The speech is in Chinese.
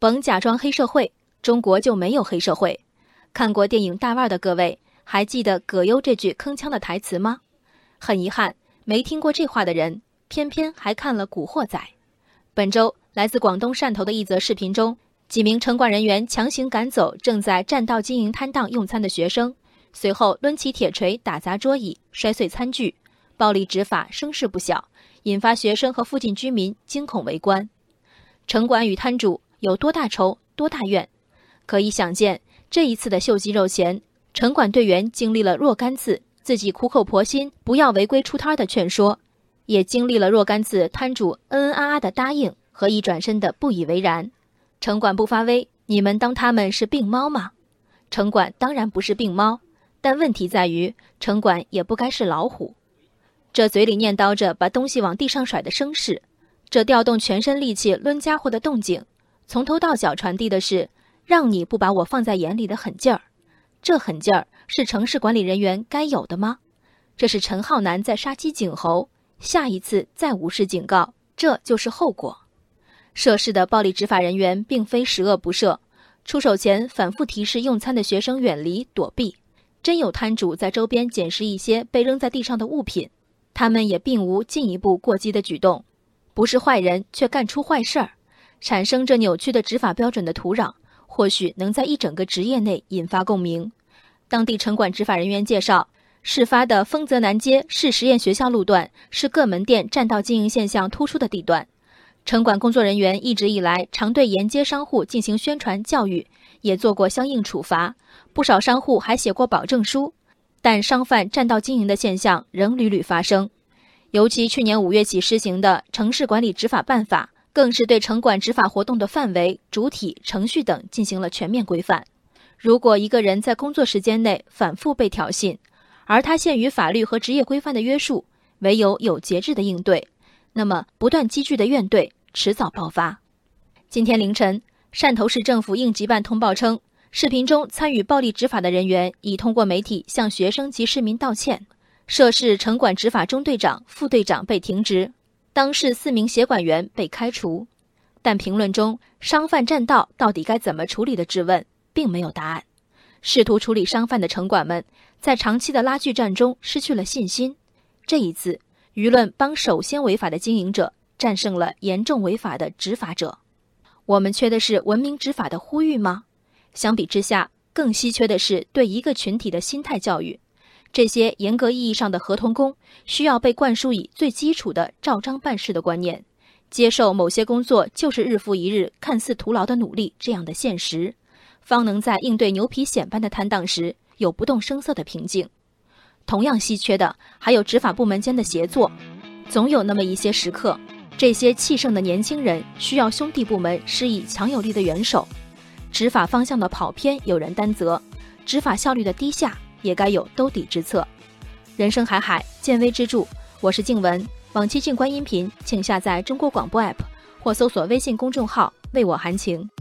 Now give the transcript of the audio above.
甭假装黑社会，中国就没有黑社会。看过电影《大腕》的各位，还记得葛优这句铿锵的台词吗？很遗憾，没听过这话的人，偏偏还看了《古惑仔》。本周来自广东汕头的一则视频中，几名城管人员强行赶走正在占道经营摊档用餐的学生，随后抡起铁锤打砸桌椅，摔碎餐具，暴力执法声势不小，引发学生和附近居民惊恐围观。城管与摊主有多大仇多大怨？可以想见，这一次的秀肌肉前，城管队员经历了若干次自己苦口婆心不要违规出摊的劝说，也经历了若干次摊主恩恩啊啊的答应和一转身的不以为然。城管不发威，你们当他们是病猫吗？城管当然不是病猫，但问题在于城管也不该是老虎。这嘴里念叨着把东西往地上甩的声势，这调动全身力气抡家伙的动静，从头到脚传递的是让你不把我放在眼里的狠劲儿。这狠劲儿是城市管理人员该有的吗？这是陈浩南在杀鸡儆猴，下一次再无视警告，这就是后果。涉事的暴力执法人员并非十恶不赦，出手前反复提示用餐的学生远离躲避，真有摊主在周边捡拾一些被扔在地上的物品，他们也并无进一步过激的举动。不是坏人却干出坏事儿，产生这扭曲的执法标准的土壤，或许能在一整个职业内引发共鸣。当地城管执法人员介绍，事发的丰泽南街市实验学校路段是各门店占道经营现象突出的地段。城管工作人员一直以来常对沿街商户进行宣传教育，也做过相应处罚，不少商户还写过保证书，但商贩占道经营的现象仍屡屡发生。尤其去年5月起施行的城市管理执法办法，更是对城管执法活动的范围、主体、程序等进行了全面规范。如果一个人在工作时间内反复被挑衅，而他限于法律和职业规范的约束，唯有节制的应对，那么不断积聚的怨怼迟早爆发。今天凌晨，汕头市政府应急办通报称，视频中参与暴力执法的人员已通过媒体向学生及市民道歉。涉事城管执法中队长、副队长被停职，当市4名协管员被开除。但评论中商贩占道到底该怎么处理的质问并没有答案。试图处理商贩的城管们在长期的拉锯战中失去了信心。这一次，舆论帮首先违法的经营者战胜了严重违法的执法者。我们缺的是文明执法的呼吁吗？相比之下，更稀缺的是对一个群体的心态教育。这些严格意义上的合同工需要被灌输以最基础的照章办事的观念，接受某些工作就是日复一日看似徒劳的努力这样的现实，方能在应对牛皮癣般的摊档时有不动声色的平静。同样稀缺的还有执法部门间的协作，总有那么一些时刻，这些气盛的年轻人需要兄弟部门施以强有力的援手。执法方向的跑偏有人担责，执法效率的低下也该有兜底之策。人生海海，见微知著，我是静文。往期静观音频请下载中国广播 app 或搜索微信公众号为我含情。